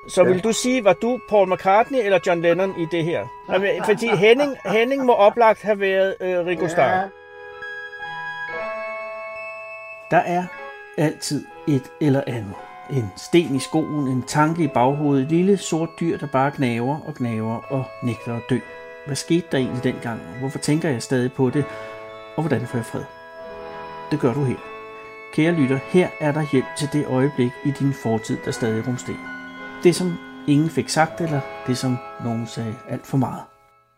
Så vil du sige, var du Paul McCartney eller John Lennon i det her? Fordi Henning må oplagt have været Ringo Starr. Ja. Der er altid et eller andet. En sten i skoen, en tanke i baghovedet, et lille sort dyr, der bare gnaver og nægter at dø. Hvad skete der egentlig dengang? Hvorfor tænker jeg stadig på det? Og hvordan får jeg fred? Det gør du her. Kære lytter, her er der hjælp til det øjeblik i din fortid, der stadig rumsterer. Det, som ingen fik sagt, eller det, som nogen sagde alt for meget.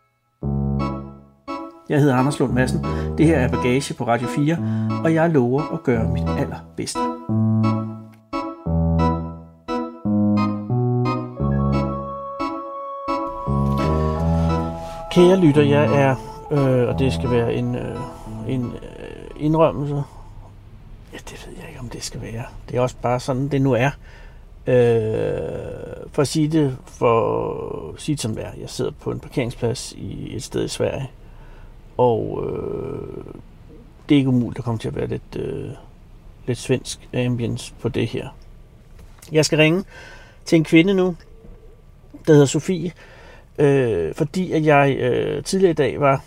Jeg hedder Anders Lund Madsen. Det her er Bagage på Radio 4, og jeg lover at gøre mit allerbedste. Kære lytter, jeg er, og det skal være en indrømmelse. Ja, det ved jeg ikke, om det skal være. Det er også bare sådan, det nu er. For at sige det som det er. Jeg sidder på en parkeringsplads i et sted i Sverige, og det er ikke umuligt at komme til at være lidt svensk ambience på det her. Jeg skal ringe til en kvinde nu, der hedder Sofie, fordi at jeg tidligere i dag var,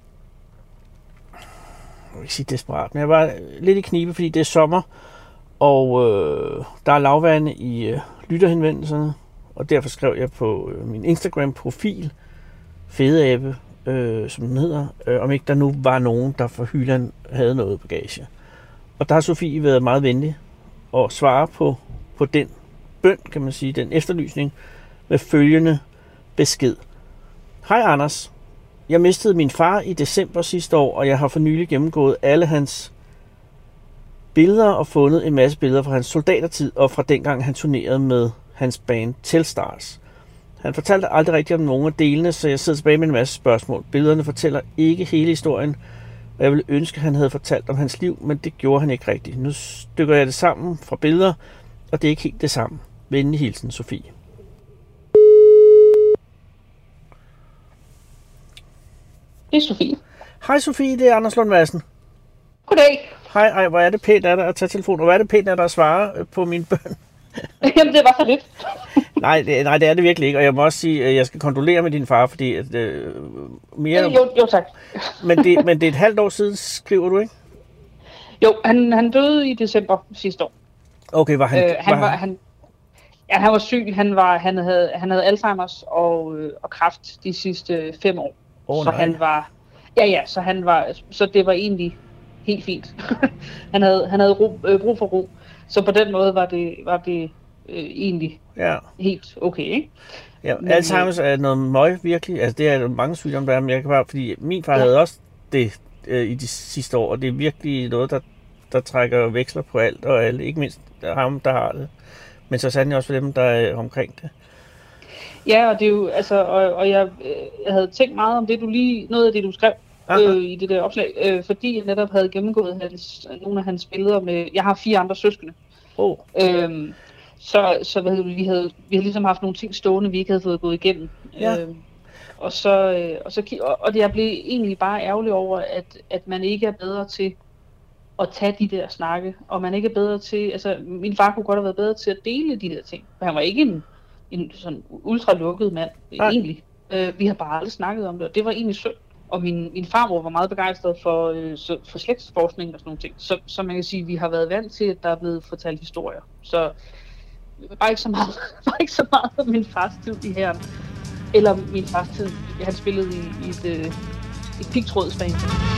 jeg vil ikke sige desperat, men jeg var lidt i knibe, fordi det er sommer, og der er lavvande i lytterhenvendelserne, og derfor skrev jeg på min Instagram-profil, Fedeabe, som den hedder, om ikke der nu var nogen, der for Hyland havde noget bagage. Og der har Sofie været meget venlig og svare på den bøn, kan man sige, den efterlysning, med følgende besked. Hej Anders, jeg mistede min far i december sidste år, og jeg har for nylig gennemgået alle hans billeder og fundet en masse billeder fra hans soldatertid og fra dengang han turnerede med hans band Telstars. Han fortalte aldrig rigtigt om nogen af delene, så jeg sidder tilbage med en masse spørgsmål. Billederne fortæller ikke hele historien, og jeg ville ønske, at han havde fortalt om hans liv, men det gjorde han ikke rigtigt. Nu stykker jeg det sammen fra billeder, og det er ikke helt det samme. Venlig hilsen, Sofie. Det er Sofie. Hej Sofie, det er Anders Lund Madsen. Goddag. Hej, hvor er det pænt af dig at tage telefonen, og hvor er det pænt af dig at svare på mine bøn. Jamen, det var så lidt. nej, det er det virkelig ikke, og jeg må også sige, at jeg skal kondolere med din far, fordi at, mere... Jo, tak. men det er et halvt år siden, skriver du, ikke? Jo, han døde i december sidste år. Okay, var han... Han var syg. Han havde Alzheimers og kræft de sidste 5 år. Så nej. Han var... Så det var egentlig helt fint. han havde brug for ro. Så på den måde var det egentlig helt okay, ikke? Ja, Alzheimer's er noget møg, virkelig. Altså, det er mange sygdomme, der er, men jeg kan bare... Fordi min far havde også det i de sidste år, og det er virkelig noget, der trækker veksler på alt og alle. Ikke mindst ham, der har det. Men så sandelig også for dem, der er omkring det. Ja, og det er jo, altså, og jeg havde tænkt meget om det, noget af det, du skrev i det der opslag, fordi jeg netop havde gennemgået nogle af hans billeder med, jeg har 4 andre søskende. Så vi havde ligesom haft nogle ting stående, vi ikke havde fået gået igennem. Ja. Og jeg blev egentlig bare ærgerlig over, at man ikke er bedre til at tage de der snakke, og man ikke er bedre til, altså min far kunne godt have været bedre til at dele de der ting, for han var ikke en sådan ultra lukket mand, egentlig. Vi har bare aldrig snakket om det, og det var egentlig synd. Og min farmor var meget begejstret for slægtsforskning og sådan nogle ting. Så man kan sige, at vi har været vant til, at der er blevet fortalt historier. Så bare ikke så meget om min fars tid i herren. Eller min fars tid, han spillede i et pigtrådsband.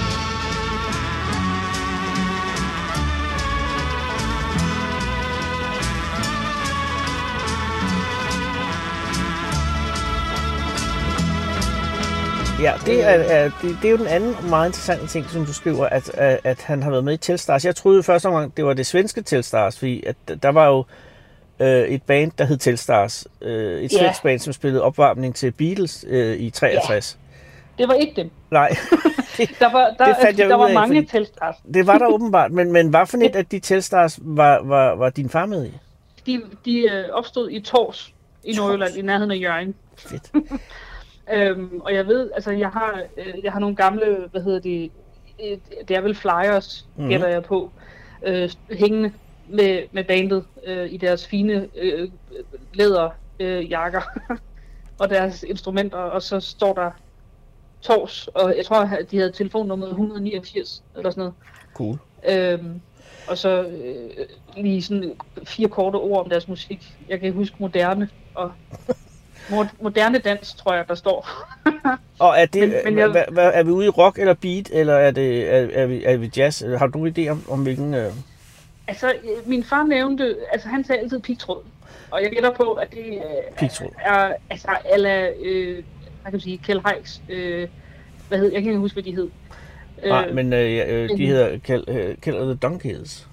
Ja, det er jo den anden meget interessante ting, som du skriver, at han har været med i Telstars. Jeg troede første omgang, det var det svenske Telstars, fordi at der var jo et band, der hed Telstars. Et svensk band, som spillede opvarmning til Beatles i 63. Ja, det var ikke dem. Nej, der var mange Telstars. Det var der åbenbart, men hvad for et af de Telstars var din far med i? De opstod i Tors i Nordjylland, i nærheden af Hjørring. Fedt. Og jeg ved, altså jeg har nogle gamle, det er vel flyers, gætter jeg på, hængende med bandet i deres fine læder jakker og deres instrumenter, og så står der Tors, og jeg tror, de havde telefonnummer 189 eller sådan noget. Cool. Og så lige sådan 4 korte ord om deres musik. Jeg kan huske moderne og moderne dans, tror jeg, der står. Og er det, er vi ude i rock eller beat, eller er vi jazz? Har du en idé om hvilken... Altså, min far nævnte, altså han sagde altid pigtråd. Og jeg gætter på, at det er altså ala, hvad kan man sige, Kjeld Heiks, jeg kan ikke huske, hvad de hed. Nej, men de hedder Kjeld of the Donkeys.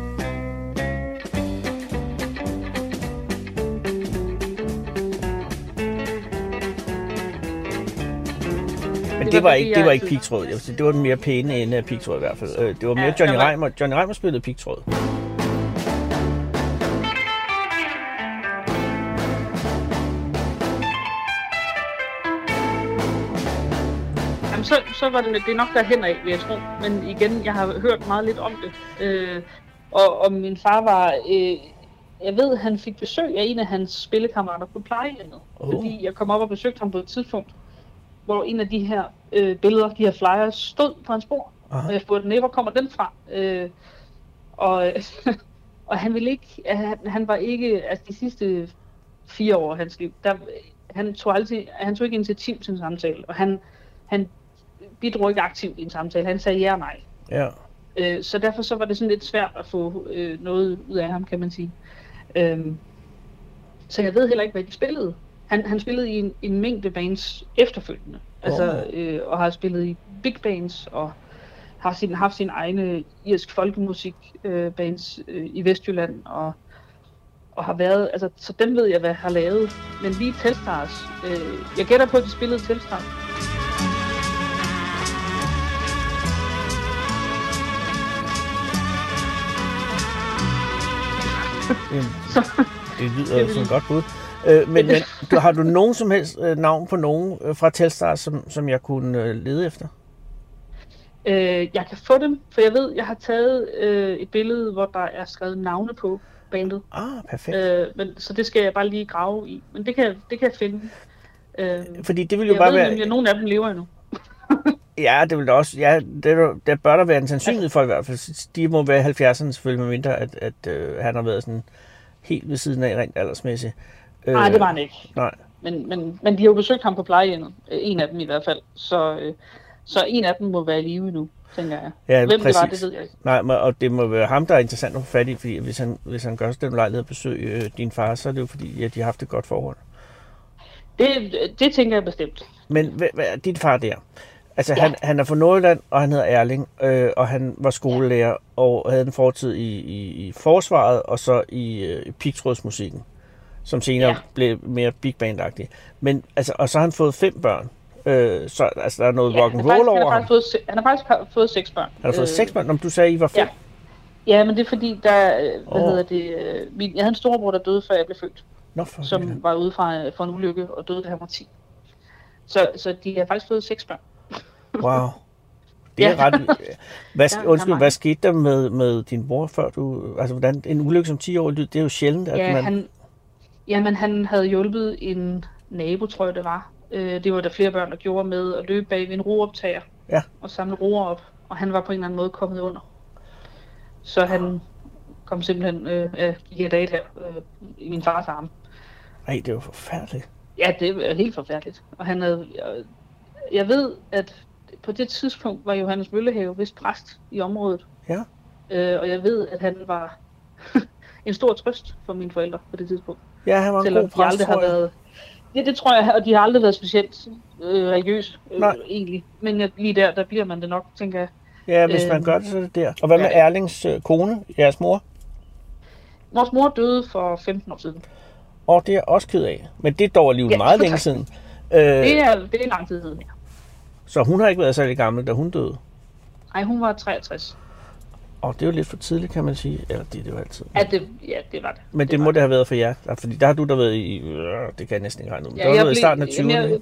Men det var ikke pigtråd. Jeg vil sige, det var den mere pæne ende af pigtråd i hvert fald. Det var mere Johnny Reimer. Johnny Reimer spillede pigtråd. Jamen, så var det er nok derhen af, vil jeg tro. Men igen, jeg har hørt meget lidt om det. Og min far var... jeg ved, han fik besøg af en af hans spillekammerater på plejehjemmet. Fordi jeg kom op og besøgte ham på et tidspunkt, hvor en af de her billeder, de her flyers, stod på hans bord. Og jeg spurgte, hvor kommer den fra? Og han ville ikke, han var ikke, altså de sidste 4 år af hans liv, han tog ikke initiativ til en samtale, og han bidrog ikke aktivt i en samtale, han sagde ja og nej. Ja. Så derfor så var det sådan lidt svært at få noget ud af ham, kan man sige. Så jeg ved heller ikke, hvad de spillede. Han spillede i en mængde bands efterfølgende, og har spillet i big bands, og har haft sine egne irsk folkemusik bands i Vestjylland, og har været, altså, så dem ved jeg, hvad har lavet. Men lige Telstars, jeg gætter på, at de spillede Telstars. Det lyder som et godt bud. Men har du nogen som helst navn på nogen fra Telstars, som jeg kunne lede efter? Jeg kan få dem, for jeg ved, jeg har taget et billede, hvor der er skrevet navne på bandet. Perfekt. Så det skal jeg bare lige grave i. Men det kan jeg finde. Fordi det vil jo bare være... at nogle af dem lever endnu. Ja, det vil da også. Ja, der bør der være en sandsynlighed for i hvert fald. De må være 70'erne selvfølgelig, med mindre at han har været sådan helt ved siden af rent aldersmæssigt. Nej, det var han ikke. Nej. Men de har jo besøgt ham på plejehjemmet. En af dem i hvert fald. Så en af dem må være i live nu, tænker jeg. Ja, hvem præcis. Det var, det ved jeg ikke. Nej, og det må være ham, der er interessant at få fat i, fordi hvis han gør den lejlighed at besøge din far, så er det jo fordi, de har haft et godt forhold. Det tænker jeg bestemt. Men hvad er dit far der? Altså, ja. han er fra Nordjylland, og han hedder Erling, og han var skolelærer, og havde en fortid i forsvaret, og så i pigtrådsmusikken, som senere blev mere big band-agtig. Men, altså, og så har han fået 5 børn. Så altså, der er noget rock and roll over ham. Han har faktisk fået 6 børn. Han har fået 6 børn? Om du sagde, I var 5? Ja, men det er fordi, jeg havde en storebror, der døde, før jeg blev født. Som var ude for en ulykke, og døde, da han var 10. Så de har faktisk fået 6 børn. Wow. Det er ret... Hvad skete der med din bror, før du... Altså, hvordan en ulykke som 10-årig, det er jo sjældent, at man... Han havde hjulpet en nabo, tror jeg det var. Det var der flere børn, der gjorde med at løbe bag ved en rooptager. Ja. Og samle roer op. Og han var på en eller anden måde kommet under. Så han kom simpelthen i et dag der i min fars arme. Ej, det var forfærdeligt. Ja, det var helt forfærdeligt. Og han havde... Jeg ved, at på det tidspunkt var Johannes Møllehave vist præst i området. Ja. Og jeg ved, at han var en stor trøst for mine forældre på det tidspunkt. Ja, han var en god præst, tror jeg. Det tror jeg, og de har aldrig været specielt religiøs, egentlig. Men lige der bliver man det nok, tænker jeg. Ja, hvis man gør det, så er det der. Og hvad med Erlings kone, jeres mor? Vores mor døde for 15 år siden. Og det er jeg også ked af. Men det er dog alligevel meget længe siden. Det er lang tid siden, ja. Så hun har ikke været særlig gammel, da hun døde? Nej, hun var 63. Og det er jo lidt for tidligt, kan man sige. Eller det var altid. Ja, det var det. Men det må det have været for jer. Fordi der har du da været i... det kan jeg næsten ikke regne ud. Ja, der har været i starten af 20'erne.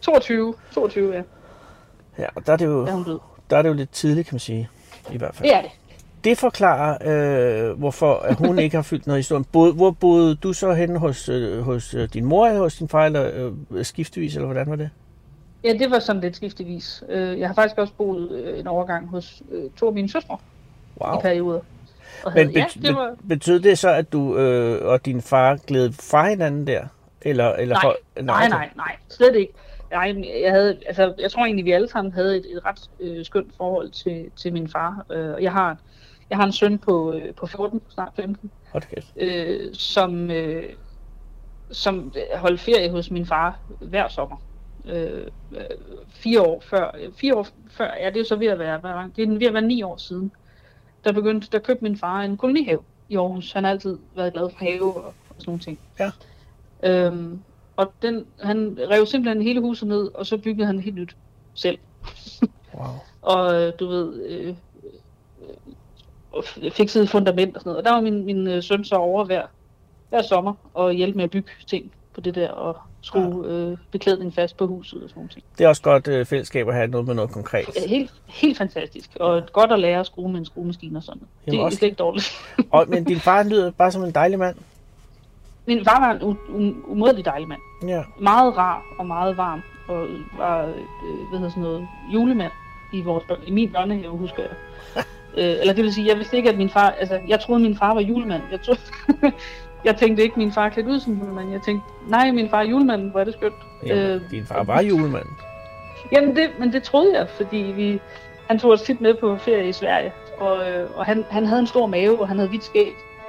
22, ja. Ja, og der er det jo... Der er det jo lidt tidligt, kan man sige. I hvert fald. Det er det. det forklare, hvorfor at hun ikke har fyldt noget i historien? Hvor boede du så henne hos din mor, eller hos din far, eller skiftevis, eller hvordan var det? Ja, det var sådan lidt skiftevis. Jeg har faktisk også boet en overgang hos to af mine søstre i perioder. Men betød det så, at du og din far gled fra hinanden der? Eller nej, slet ikke. Jeg tror egentlig, vi alle sammen havde et ret skønt forhold til min far. Jeg har en søn på 14, snart 15, som holdt ferie hos min far hver sommer. 4 år før, ja, det er så ved at være, det er ved at være 9 år siden, der købte min far en kolonihave i Aarhus. Han har altid været glad for have og sådan nogle ting. Ja. Og han rev simpelthen hele huset ned, og så byggede han helt nyt selv. Wow. Og du ved, fikset et fundament og sådan noget. Og der var min søn så over hver sommer og hjælpe med at bygge ting på det der, og skrue beklædning fast på huset og sådan noget. Det er også godt fællesskab at have noget med noget konkret. Helt fantastisk. Og godt at lære at skrue med en skruemaskine og sådan noget. Jamen det er slet ikke dårligt. Men din far lyder bare som en dejlig mand. Min far var en umådelig dejlig mand. Ja. Meget rar og meget varm. Og var, julemand i min børnehave, husker jeg. Eller det vil sige, jeg vidste ikke, at min far... Altså, jeg troede, min far var julemand. Jeg tænkte ikke, min far klædte ud som julemand. Jeg tænkte, nej, min far er julemanden, hvor er det skønt. Jamen, din far var julemand. Jamen, det troede jeg, fordi han tog os tit med på ferie i Sverige. Og han havde en stor mave, og han havde hvidt skæg.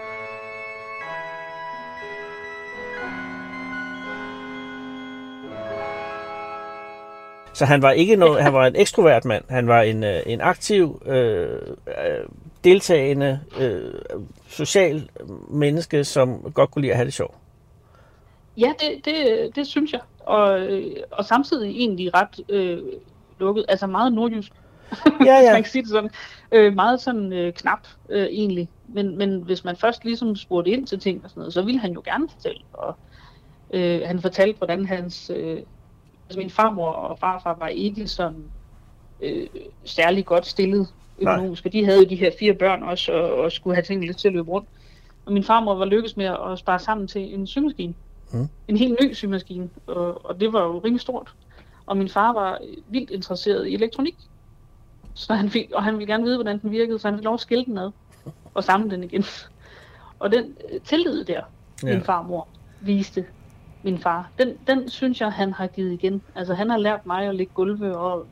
Så han var ikke han var en ekstrovert mand. Han var en aktiv, deltagende, social menneske, som godt kunne lide at have det sjovt. Ja, det synes jeg. Og samtidig egentlig ret lukket, altså meget nordjysk. Ja. Man kan sige det sådan. Meget sådan knap egentlig. Men hvis man først ligesom spurgte ind til ting og sådan noget, så ville han jo gerne fortælle. Og han fortalte, hvordan hans... Altså min farmor og farfar var ikke sådan særlig godt stillet økonomisk, og de havde jo de her 4 børn også, og skulle have tingene lidt til at løbe rundt. Og min farmor var lykkes med at spare sammen til en symaskine. En helt ny symaskine, og det var jo rimelig stort. Og min far var vildt interesseret i elektronik, så han ville gerne vide, hvordan den virkede, så han fik lov at skille den ad og samle den igen. Og den tillid der, min farmor viste min far, den synes jeg, han har givet igen. Altså han har lært mig at lægge gulve og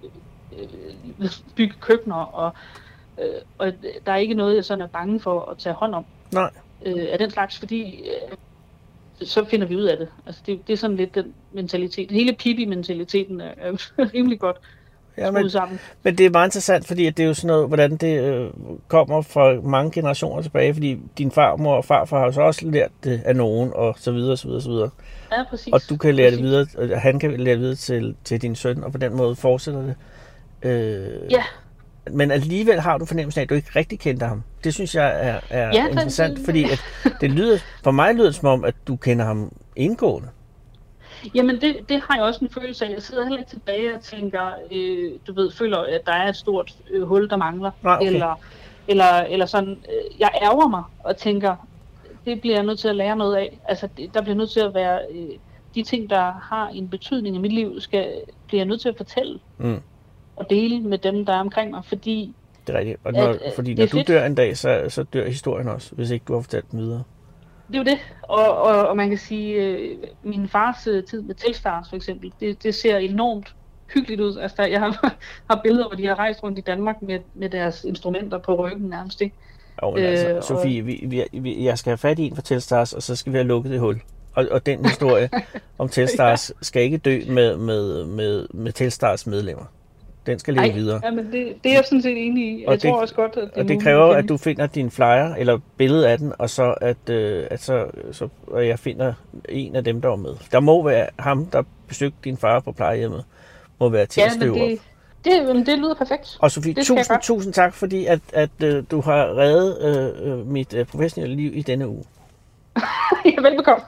bygge køkkener, og der er ikke noget, jeg sådan er bange for at tage hånd om. Nej. Af den slags, fordi så finder vi ud af det. Altså det er sådan lidt den mentalitet. Hele Pippi-mentaliteten er rimelig godt skruet sammen. Men det er meget interessant, fordi det er jo sådan noget, hvordan det kommer fra mange generationer tilbage, fordi din farmor og farfar har jo så også lært det af nogen, og så videre, så videre, så videre. Ja, præcis. Og du kan lære det videre, og han kan lære det videre til din søn, og på den måde fortsætter det. Ja. Men alligevel har du fornemmelsen af, at du ikke rigtig kendte ham. Det synes jeg er interessant, fordi at for mig lyder det som om, at du kender ham indgående. Jamen det har jeg også en følelse af. Jeg sidder heller ikke tilbage og tænker, føler, at der er et stort hul, der mangler. Nej, okay. Eller sådan, jeg ærger mig og tænker, det bliver jeg nødt til at lære noget af. Altså der bliver nødt til at være, de ting, der har en betydning i mit liv, bliver jeg nødt til at fortælle. Og dele med dem, der er omkring mig, fordi... Det er rigtigt. Og når du dør en dag, så dør historien også, hvis ikke du har fortalt den videre. Det er jo det, og man kan sige, min fars tid med Telstars for eksempel, det ser enormt hyggeligt ud. Altså, jeg har billeder, hvor de har rejst rundt i Danmark med deres instrumenter på ryggen nærmest, ikke? Jo, men altså, Sofie, jeg skal have fat i en fra Telstars, og så skal vi have lukket det hul. Og den historie om Telstars skal ikke dø med Telstars medlemmer. Den skal leve videre. Ja, men det er jeg sådan set enig i. Jeg tror også godt, at det kræver, at du finder din flyer, eller billede af den, og så at jeg finder en af dem, der var med. Der må være ham, der besøgte din far på plejehjemmet, må være til at skrive op. Det lyder perfekt. Og Sofie, tusind tak, fordi at du har reddet mit professionelle liv i denne uge. Ja, velbekomme.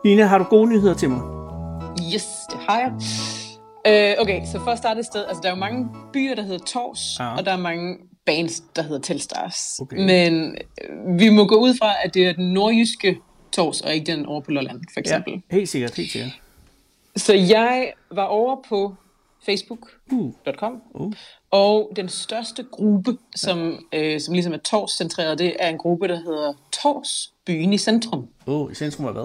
Nina, har du gode nyheder til mig? Yes, det har jeg. Okay, så for at starte et sted, altså der er jo mange byer, der hedder Tors, og der er mange bands, der hedder Telstars. Okay. Men vi må gå ud fra, at det er den nordjyske Tors, og ikke den over på Lolland, for eksempel. Ja, helt sikkert. Så jeg var over på facebook.com, og den største gruppe, som ligesom er Tors-centreret, det er en gruppe, der hedder Tors, byen i centrum. I centrum af hvad?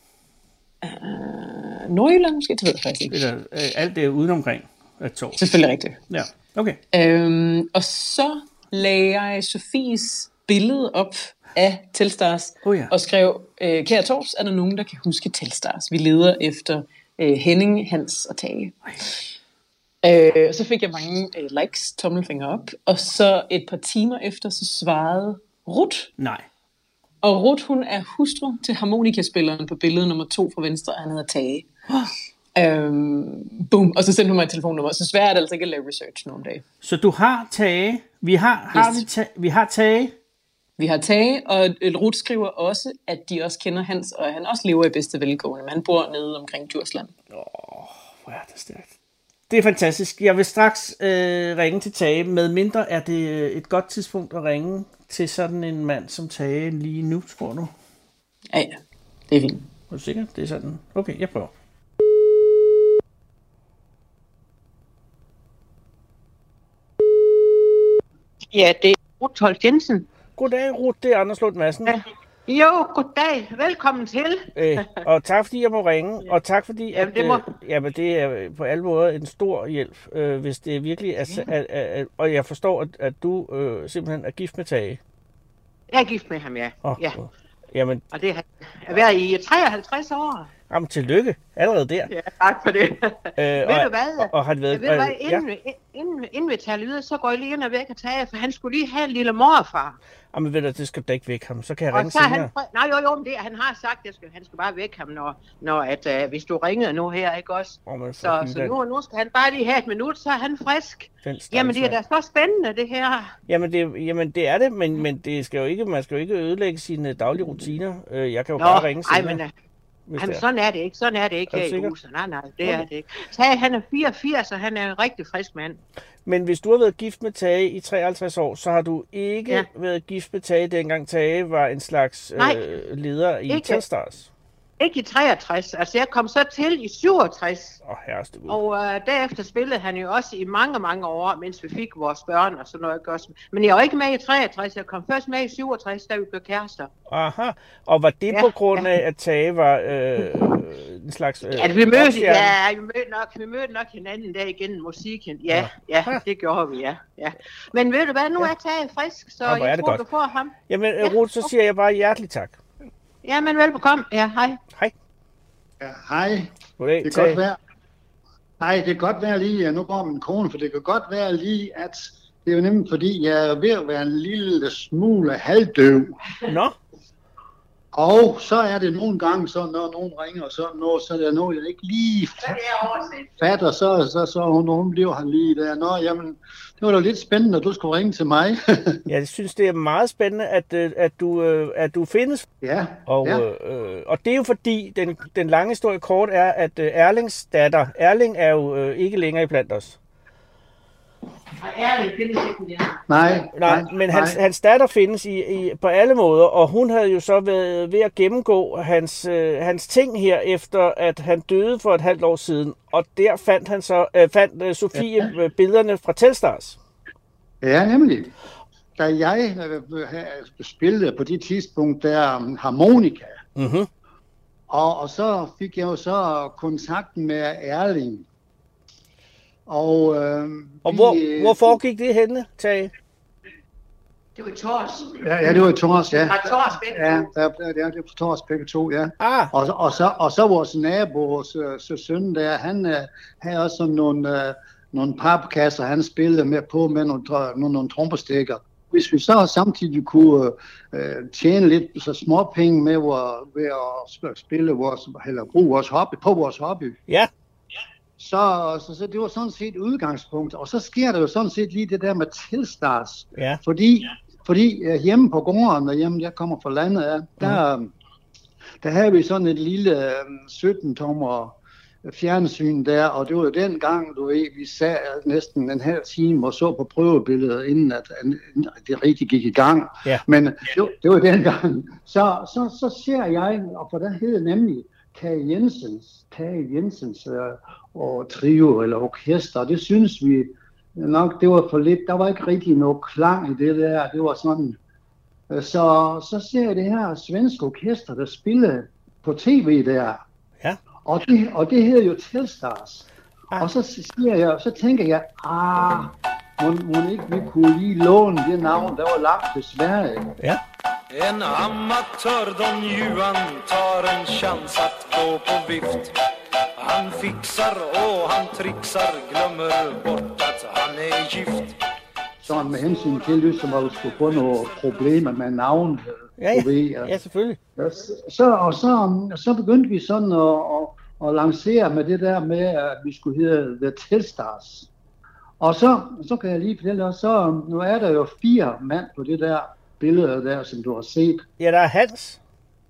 Nordjylland måske, det ved jeg faktisk ikke. Eller alt det udenomkring af Tors. Selvfølgelig rigtigt. Ja, okay. Og så lagde jeg Sofies billede op af Telstars, og skrev, kære Tors, er der nogen, der kan huske Telstars? Vi leder efter Henning, Hans og Tage. Og så fik jeg mange likes, tommelfinger op, og så et par timer efter, så svarede Ruth. Nej. Og Ruth, hun er hustru til harmonikaspilleren på billede nummer 2 fra venstre, og han hedder Tage. Boom, og så sendte hun mig et telefonnummer. Så svært er det altså ikke at lave research nogle dage. Så du har Tage. Vi har Tage. Vi har Tage, og Ruth skriver også, at de også kender Hans, og han også lever i bedste velgående. Men han bor nede omkring Djursland. Hvor er det stærkt. Det er fantastisk. Jeg vil straks ringe til Tage. Med mindre er det et godt tidspunkt at ringe til sådan en mand som Tage lige nu, tror du? Ja, det er fint. Er du sikker? Det er sådan. Okay, jeg prøver. Ja, det er Ruth Holt Jensen. Goddag, Ruth. Det er Anders Lund Madsen. Ja. Jo, goddag. Velkommen til. Og tak fordi jeg må ringe, og tak fordi Jamen, det er på alle måder en stor hjælp, hvis det virkelig er, og jeg forstår, at du simpelthen er gift med Tage. Jeg er gift med ham, ja. Ja. Jamen, og det har jeg været i 53 år. Jamen, tillykke. Allerede der. Ja, tak for det. Ved du hvad? Og har det været... Inden vi taler videre, så går jeg lige ind og væk og Tage, for han skulle lige have en lille morfar. Jamen ved du, det skal du da ikke væk ham. Så kan jeg ringe senere. Men han har sagt, at han skal bare væk ham, når hvis du ringede nu her, ikke også? Så nu skal han bare lige have et minut, så er han frisk. Jamen det er da så spændende, det her. Jamen det er det, men det skal jo ikke, man skal jo ikke ødelægge sine daglige rutiner. Jeg kan jo bare ringe senere. Jamen, sådan er det ikke her i huset. Nej, det er det ikke. Tage, han er 84, og han er en rigtig frisk mand. Men hvis du har været gift med Tage i 53 år, så har du ikke været gift med Tage, dengang Tage var en slags leder i Telstars? Ikke i 63. Altså, jeg kom så til i 67. Og derefter spillede han jo også i mange, mange år, mens vi fik vores børn og sådan noget. Også. Men jeg var ikke med i 63. Jeg kom først med i 67, da vi blev kærester. Aha. Og var det på grund af, at Tage var en slags vi mødte nok hinanden der igennem musikken. Ja, det gjorde vi, ja. Men ved du hvad, nu er Tage frisk, så jeg tror, du får ham. Jamen, Ruth, så siger jeg bare hjertelig tak. Ja, men velbekomme. Ja, hej. Hej. Ja, hej. Goddag, det kan godt være. Hej, det kan godt være lige, nu går min kone, for det kan godt være lige, at det er jo nemlig fordi, jeg er ved at være en lille smule halvdøv. Nå? Og så er det nogle gange, så når nogen ringer, og så er det noget, jeg ikke lige fatter, så nogen bliver han lige der. Nå, jamen, det var da lidt spændende, at du skulle ringe til mig. Jeg synes, det er meget spændende, at du findes. Ja. Og det er jo fordi, den lange historie kort er, at Erlings datter, Erling er jo ikke længere iblandt os. Nej, men hans datter findes på alle måder, og hun havde jo så været ved at gennemgå hans ting her, efter at han døde for et halvt år siden, og der fandt Sofie billederne fra Telstars. Ja, nemlig. Da jeg spillede på det tidspunkt der harmonika, og så fik jeg jo så kontakt med Erling. Og hvor foregik det henne, Tage? Det var i Tors. Ja, det var i Tors, ja. Fra Tors begge to. Ja, det var fra Tors begge to, ja. Ah. Og så vores nabo, vores søn der, han havde også nogle papkasser, han spillede med nogle trompestikker. Hvis vi så samtidig kunne tjene lidt så små penge med ved at spille bruge vores hobby på vores hobby. Ja. Så det var sådan set udgangspunkt, og så sker der jo sådan set lige det der med Telstars, fordi hjemme på gården, og hjemme jeg kommer fra landet af, der havde vi sådan et lille 17-tommer fjernsyn der, og det var jo dengang, du ved, vi sad næsten en halv time og så på prøvebilledet, inden at det rigtig gik i gang. Ja. Men det var dengang. Så ser jeg, og for der hed nemlig Tage Jensens og trio eller orkester, det synes vi nok, det var for lidt. Der var ikke rigtig noget klang i det der. Det var sådan. Så ser jeg det her svenske orkester, der spiller på tv der. Ja. Og det hedder jo Telstars. Og så tænker jeg, må ikke vi kunne lige låne det navn, der var lagt til Sverige. Ja. En amatør, Don Juan, tar en chans at gå på vift. Han fixar og han trixar, glömmer bort at han er gift. Så med hensyn til, ligesom at du skulle få nogle problemer med navn. Ja, selvfølgelig. Så begyndte vi sådan at lancere med det der med, at vi skulle hedde The Telstars. Og så kan jeg lige fortælle dig, så nu er der jo 4 mand på det der billede der, som du har set. Ja, der er Hans.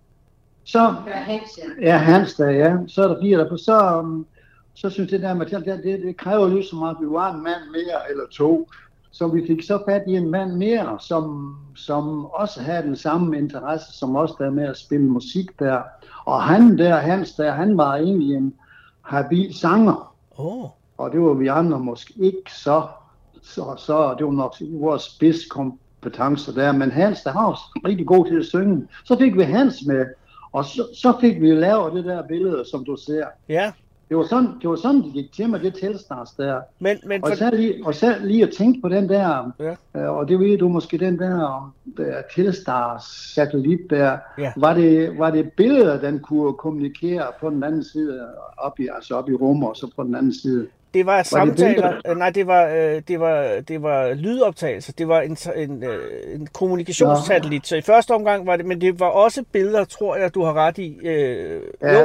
Hans der, ja. Så er der 4 der på. Så synes det der med, det kræver ligesom, at vi var en mand mere eller 2. Så vi fik så fat i en mand mere, som også havde den samme interesse, som os der med at spille musik der. Og Hans der, han var egentlig en habil sanger. Og det var vi andre måske ikke så det var nok vores spidskompetencer der. Men Hans, der var også rigtig god til at synge. Så fik vi Hans med, og så fik vi lavet det der billede, som du ser. Ja. Det var sådan, det gik til med det Telstars der. Men og så lige at tænke på den der, og det ved du måske, den der Telstars satellit der, var det billeder, den kunne kommunikere på den anden side, op i rummet, og så på den anden side. Det var samtaler, nej, det var lydoptagelser, det var en kommunikationssatellit, så i første omgang var det, men det var også billeder, tror jeg, du har ret i. Jo.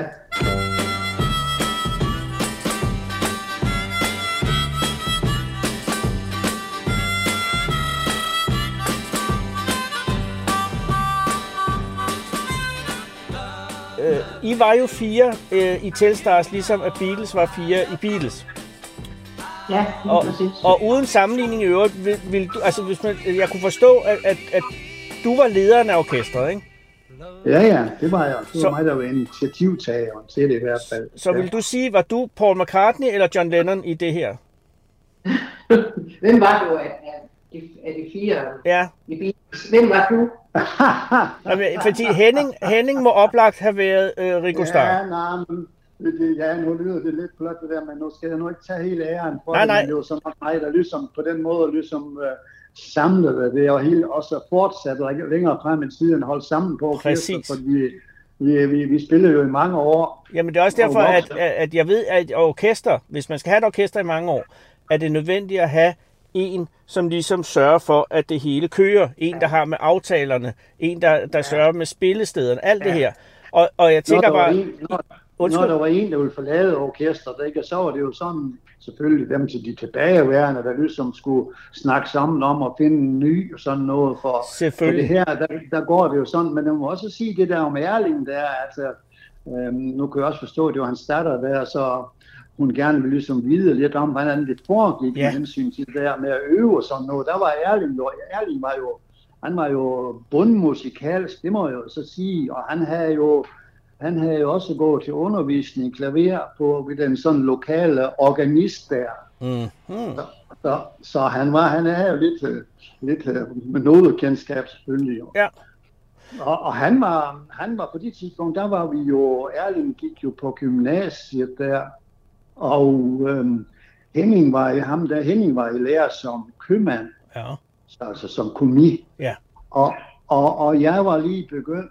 I var jo 4 i Telstars, ligesom at Beatles var 4 i Beatles. Ja, og uden sammenligning i øvrigt, vil du, altså hvis jeg kunne forstå, at du var lederen af orkestret, ikke? Ja, det var jeg. Det var mig, der var initiativtager til det i hvert fald. Så vil du sige, var du Paul McCartney eller John Lennon i det her? Hvem var du af de 4? Ja. Hvem var du? Fordi Henning må oplagt have været Ringo Starr. Nu lyder det lidt flot det der, men nu skal jeg nu ikke tage hele æren for det, men det var så mig, der ligesom på den måde samlede det, og helt også fortsat længere frem i tiden holdt sammen på orkester, fordi vi spillede jo i mange år. Jamen det er også derfor, at jeg ved, at orkester, hvis man skal have et orkester i mange år, er det nødvendigt at have en, som ligesom sørger for, at det hele kører. En, der har med aftalerne. En, der sørger med spillestederne. Alt det her. Og jeg tænker bare... Når der var en, der ville forlade orkestret, ikke? Så var det jo sådan, selvfølgelig dem til de tilbageværende, der ligesom skulle snakke sammen om at finde en ny og sådan noget. For det her, der går det jo sådan. Men jeg må også sige det der om Erling der, altså... nu kan jeg også forstå, at det var hans datter der, så... Hun gerne ville ligesom vide lidt om, hvordan det foregik med hensyn til det der med at øve og sådan noget. Der var Erling var jo bundmusikalsk, det må jeg jo så sige, og han havde jo også gået til undervisning i klaver på ved den sådan lokale organist der. Mm-hmm. Så han havde jo lidt notekendskab selvfølgelig. Jo. Ja. Og han var på det tidspunkt, der var vi jo, Erling gik jo på gymnasiet der. Og Henning var i lærer som købmand, altså som komi. Ja. Og jeg var lige begyndt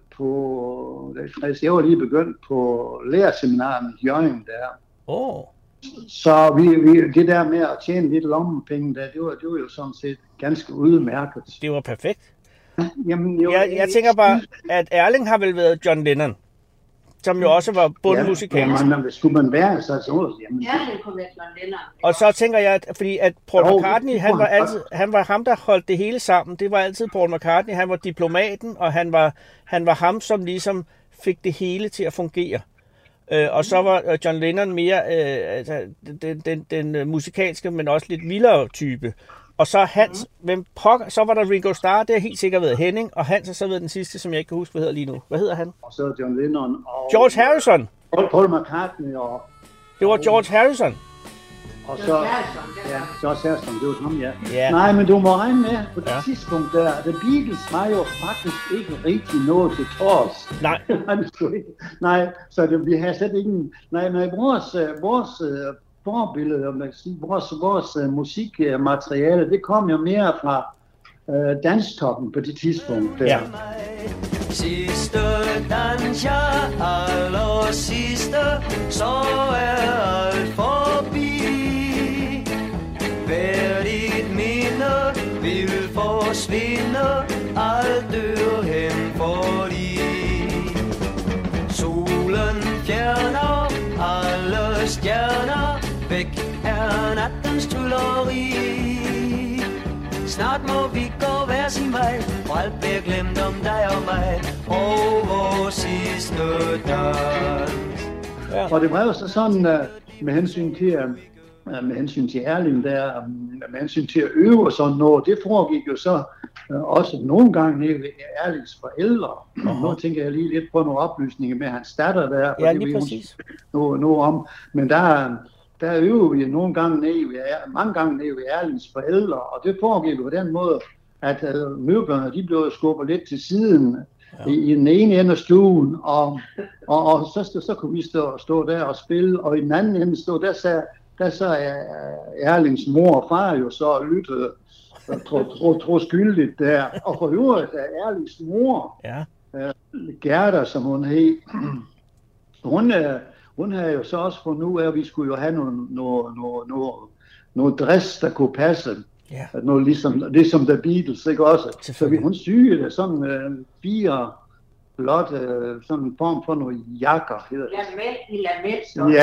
på lærerseminaren i Hjørring der. Så det der med at tjene lidt lommepenge der, det var jo sådan set ganske udmærket. Det var perfekt. Jamen, jeg tænker bare, at Erling har vel været John Lennon, som jo også var bundmusikalsk. Ja, skulle man være så jamen. Ja, det kunne være John Lennon. Og så tænker jeg, fordi at Paul McCartney, han var ham, der holdt det hele sammen. Det var altid Paul McCartney. Han var diplomaten, og han var ham, som ligesom fik det hele til at fungere. Og så var John Lennon mere den musikalske, men også lidt vildere type. Og så Hans, så var der Ringo Starr, det har helt sikkert været Henning, og Hans har så været den sidste, som jeg ikke kan huske, hvad hedder lige nu. Hvad hedder han? Og så John Lennon og... George Harrison! Paul McCartney og... Det var George Harrison. Og så... Ja, George Harrison, det var ham, ja. Nej, men du må regne med, på det tidspunkt der, The Beatles var jo faktisk ikke rigtig nået til tors. Nej. Nej, så vi har slet ikke... Nej, vores forbillede, om man kan sige, vores musikmateriale, det kom jo mere fra Danstoppen på det tidspunkt der. Ja. Sidste dans, aller sidste, så alt forbi. Hvert et minde vil forsvinde, alt dør hen fordi. Solen fjerner alle stjerner, væk er nattens trylleri. Snart må vi gå hver sin vej, for alt bliver glemt om dig og mig, og vores sidste dans. Ja. Og det var jo så sådan, med hensyn til Erling der, med hensyn til at øve og sådan noget, det foregik jo så også nogle gange nede ved Erlings forældre. Og nu tænker jeg lige lidt på nogle oplysninger med hans datter der. Ja, lige præcis. Noget om. Men der øvede vi mange gange nede ved Erlings forældre, og det foregik på den måde, at møblerne, de blev skubbet lidt til siden i den ene ende af stuen, og så kunne vi stå der og spille, og i den anden ende der så Erlings mor og far jo så lyttede troskyldigt der, og for øvrigt af Erlings mor, Gerda, som hun hed, hun havde jo så også fundet ud af, at vi skulle jo have noget dress, der kunne passe. Yeah. Noget ligesom The Beatles, ikke også? Så hun syede det sådan 4 flotte, sådan en form for nogle jakker, hedder det. Lamel.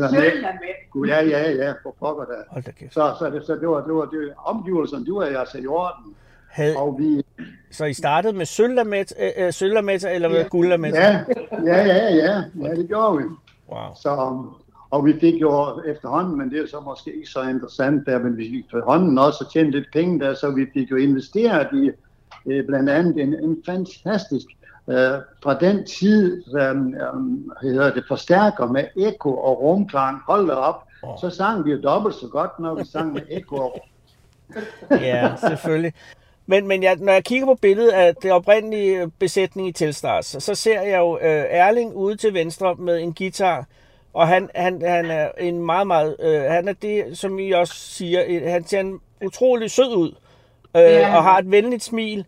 Ja, for pokker der. Så det var omgivelserne, det var altså i orden. Så I startede med sølvlametter eller med guldlametter? Ja, det gjorde vi. Wow. Så, og vi fik jo efterhånden, men det er så måske ikke så interessant der, men vi fik efterhånden også tjent lidt penge der, så vi fik jo investeret i blandt andet en fantastisk fra den tid, hedder det, forstærker med ekko og rumklang. Hold da op, så sang vi jo dobbelt så godt, når vi sang med ekko og Ja, selvfølgelig. Men når jeg kigger på billedet af det oprindelige besætning i Telstar, så ser jeg jo Erling ude til venstre med en guitar, og han er en meget, meget... han er det, som I også siger, han ser en utrolig sød ud, og har et venligt smil.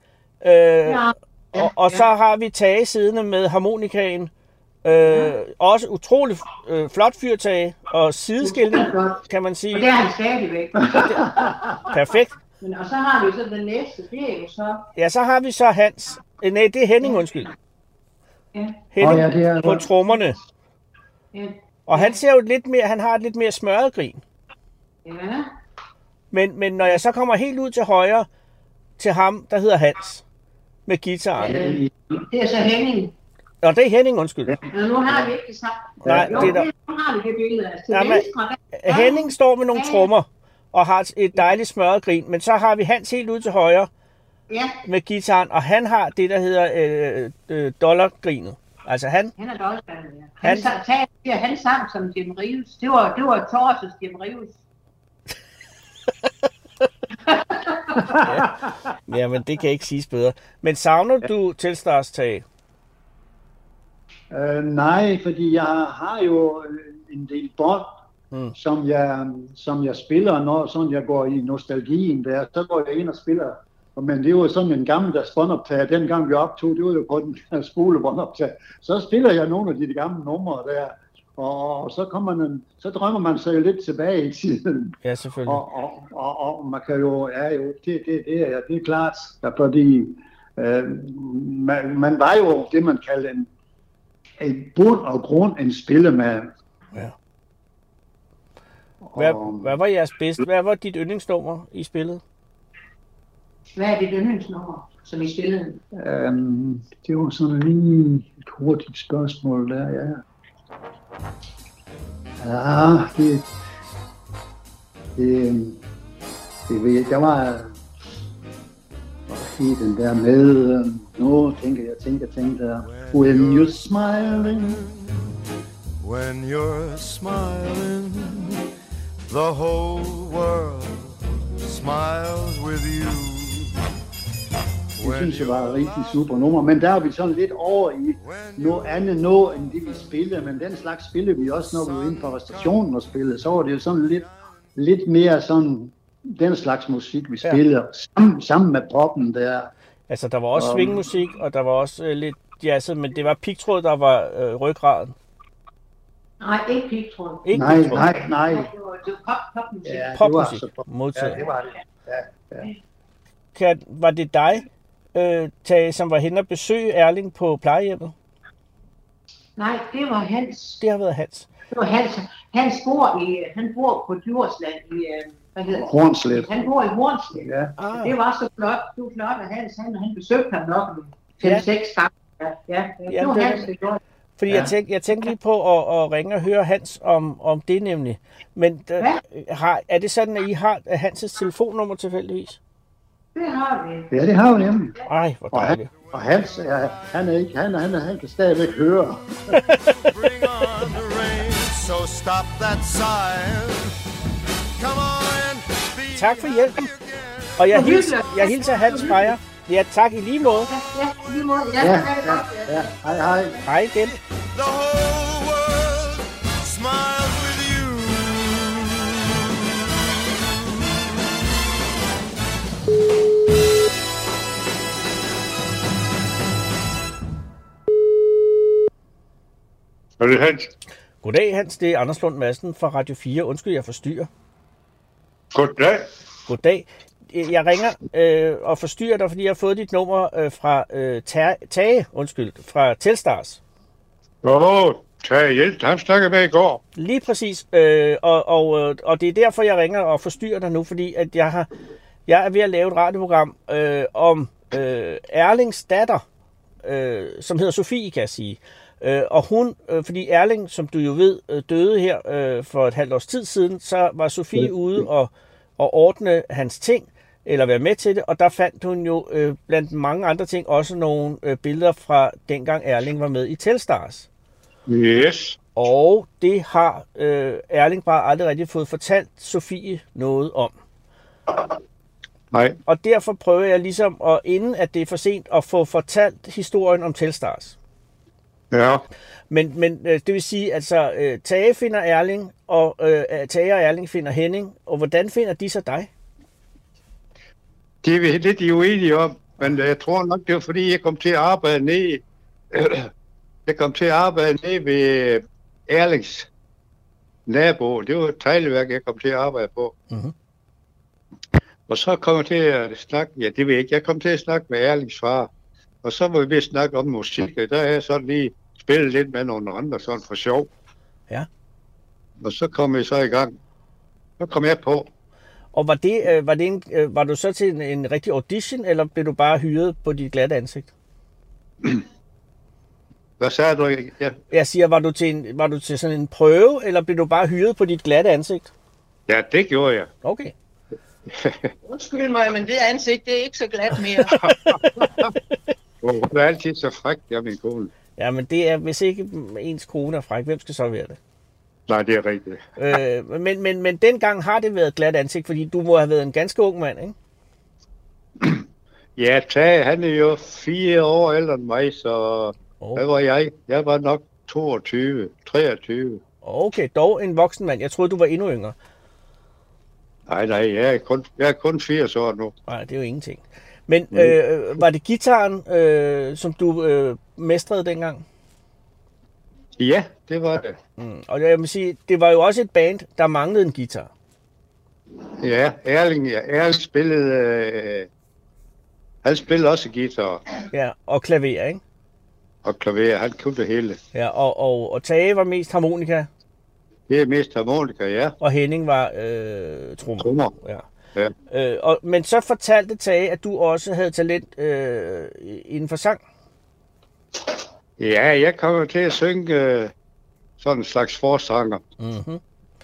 Og så har vi Tage siddende med harmonikaen. Også utrolig flot fyrtage og sideskilning, kan man sige. Og det er han stadigvæk. Perfekt. Men og så har vi så den næste, det er jo så... Ja, så har vi så Hans. Nej, det er Henning, undskyld. Ja. Henning på trommerne. Ja. Og han ser jo lidt mere, han har et lidt mere smørret grin. Ja. Men når jeg så kommer helt ud til højre, til ham, der hedder Hans, med guitaren. Det er så Henning. Nå, det er Henning, undskyld. Ja, nu har vi ikke det samme. Nej, jo, det er der. Nu har vi det billede. Altså, Henning står med nogle trommer og har et dejligt smørret grin, men så har vi Hans helt ud til højre med guitaren, og han har det, der hedder dollargrinet. Altså han er dollargrinet, ja. Han sang som Jim Reeves. Det var Thors' Jim Reeves. Ja, men det kan ikke siges bedre. Men savner du Telstars, Tage? Nej, fordi jeg har jo en del bånd, som jeg spiller, når sådan jeg går i nostalgien der, så går jeg ind og spiller. Men det var sådan en gammeldags båndoptag, dengang vi optog, det var jo på den spolebåndoptag. Så spiller jeg nogle af de gamle numre der, og så drømmer man sig jo lidt tilbage i tiden. Ja, selvfølgelig. Og man kan jo, det er klart, fordi man var jo det, man kaldte en bund og grund en spillemand. Ja. Hvad var jeres bedste? Hvad var dit yndlingsnummer i spillet? Hvad er det yndlingsnummer, som I spillede? Det var sådan lige et hurtigt spørgsmål der, ja. Ja, det ved jeg. Der var lige den der med, nu tænker jeg, when you're smiling. When you're smiling, the whole world smiles with you. Det synes jeg var et rigtig super nummer, men der er vi sådan lidt over i noget andet end det vi spillede, men den slags spillede vi også, når vi var inde på stationen og spillede, så var det jo sådan lidt mere sådan den slags musik vi spillede, sammen med poppen der. Altså der var også swingmusik, og der var også lidt jazzet, men det var pigtråd, der var ryggraden. Nej, ikke pigtråd. Nej. Det var popmusik. Ja, popmusik, modtaget. Ja, det var det. Ja. Var det dig, Tage, som var henne og besøge Erling på plejehjemmet? Nej, det var Hans. Det har været Hans. Det var Hans. Han bor på Djursland i, hvad hedder det? Hornslet. Han bor i Hornslet. Ja. Det var så flot. Det var flot, at han besøgte ham nok 5-6 gange. Ja. Det var Hans, det gjorde. Fordi jeg tænkte lige på at ringe og høre Hans om det nemlig. Men er det sådan, at I har Hans' telefonnummer tilfældigvis? Det har vi. Ja, det har vi nemlig. Ej, hvor dejligt. Og Hans, han kan stadigvæk høre. Bring on the rain, so stop that sign. Come on, tak for hjælpen. Og jeg hilser Hans fra jer. Ja, tak i lige måde. Ja, i lige måde. Ja. Hej. Hej igen. the whole world smiles with you. Er det Hans? Goddag Hans, det er Anders Lund Madsen fra Radio 4. Undskyld, jeg forstyrrer. Goddag. Goddag. Jeg ringer og forstyrrer dig, fordi jeg har fået dit nummer fra Tage, fra Telstars. Tage Hjelt, han snakkede med i går. Lige præcis, og det er derfor, jeg ringer og forstyrrer dig nu, fordi at jeg er ved at lave et radioprogram om Erlings datter, som hedder Sofie, kan jeg sige. Og hun, fordi Erling, som du jo ved, døde her for et halvt års tid siden, så var Sofie ude og ordne hans ting, eller være med til det, og der fandt hun jo blandt mange andre ting også nogle billeder fra dengang Erling var med i Telstars. Yes. Og det har Erling bare aldrig rigtig fået fortalt Sofie noget om. Nej. Og derfor prøver jeg ligesom, inden at det er for sent, at få fortalt historien om Telstars. Ja. Men det vil sige, altså Tage finder Erling, og Tage og Erling finder Henning, og hvordan finder de så dig? Det er vi lidt uenige om, men jeg tror nok, det var fordi, jeg kom til at arbejde ned ved Erlings nabo. Det var et tegleværk, jeg kom til at arbejde på. Mm-hmm. Og så kom jeg til at snakke, ja det ved jeg ikke, jeg kom til at snakke med Erlings far. Og så var vi ved at snakke om musik, og der er jeg sådan lige spillet lidt med nogle andre, sådan for sjov. Ja. Og så kom jeg så i gang. Så kom jeg på. Og var du så til en rigtig audition, eller blev du bare hyret på dit glatte ansigt? Hvad sagde du? Ja. Jeg siger, var du til sådan en prøve, eller blev du bare hyret på dit glatte ansigt? Ja, det gjorde jeg. Okay. Undskyld mig, men det ansigt, det er ikke så glat mere. Hun er altid så fræk, jeg min kone. Ja, men det er, hvis ikke ens kone er fræk, hvem skal så være det? Nej, det er rigtigt. Men dengang har det været glat ansigt, fordi du må have været en ganske ung mand, ikke? Ja, Tage, han er jo 4 år ældre end mig, så hvad var jeg? Jeg var nok 22, 23. Okay, dog en voksen mand. Jeg troede, du var endnu yngre. Nej, jeg er kun 80 år nu. Nej, det er jo ingenting. Men var det gitaren, som du mestrede dengang? Ja, det var det. Og jeg vil sige, det var jo også et band, der manglede en guitar. Ja, Erling spillede... han spillede også guitar. Ja, og klaver, ikke? Og klaver, han kunne det hele. Ja, og Tage var mest harmonika. Det er mest harmonika, ja. Og Henning var trommer. Trommer. Ja. Ja. Men så fortalte Tage, at du også havde talent inden for sang. Ja, jeg kommer til at synge sådan en slags forsanger. Mm-hmm.